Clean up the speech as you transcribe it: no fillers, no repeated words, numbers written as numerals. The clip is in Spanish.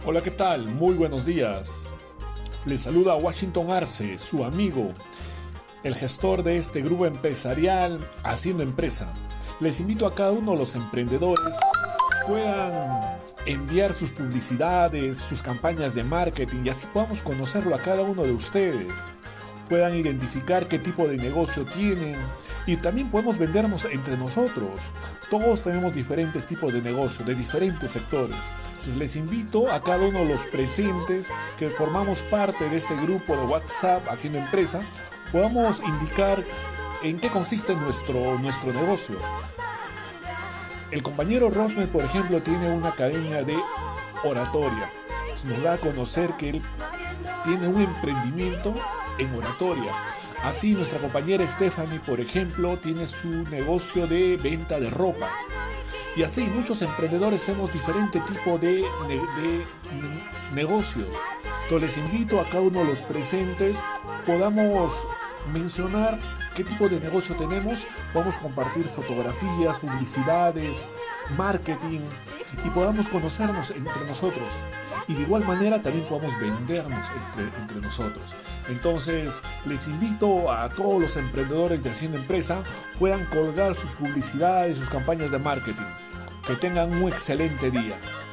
Hola, ¿qué tal? Muy buenos días. Les saluda Washington Arce, su amigo, el gestor de este grupo empresarial Haciendo Empresa. Les invito a cada uno de los emprendedores puedan enviar sus publicidades, sus campañas de marketing y así podamos conocerlo a cada uno de ustedes. Puedan identificar qué tipo de negocio tienen y también podemos vendernos entre nosotros. Todos tenemos diferentes tipos de negocio, de diferentes sectores. Entonces les invito a cada uno de los presentes que formamos parte de este grupo de WhatsApp Haciendo Empresa, podamos indicar en qué consiste nuestro negocio. El compañero Rosmer, por ejemplo, tiene una academia de oratoria. Nos da a conocer que él tiene un emprendimiento en oratoria. Así nuestra compañera Stephanie, por ejemplo, tiene su negocio de venta de ropa. Y así muchos emprendedores tenemos diferente tipo de negocios. Entonces les invito a cada uno de los presentes podamos mencionar qué tipo de negocio tenemos, podamos compartir fotografías, publicidades, marketing y podamos conocernos entre nosotros. Y de igual manera también podamos vendernos entre nosotros. Entonces les invito a todos los emprendedores de Haciendo Empresa puedan colgar sus publicidades, sus campañas de marketing. Que tengan un excelente día.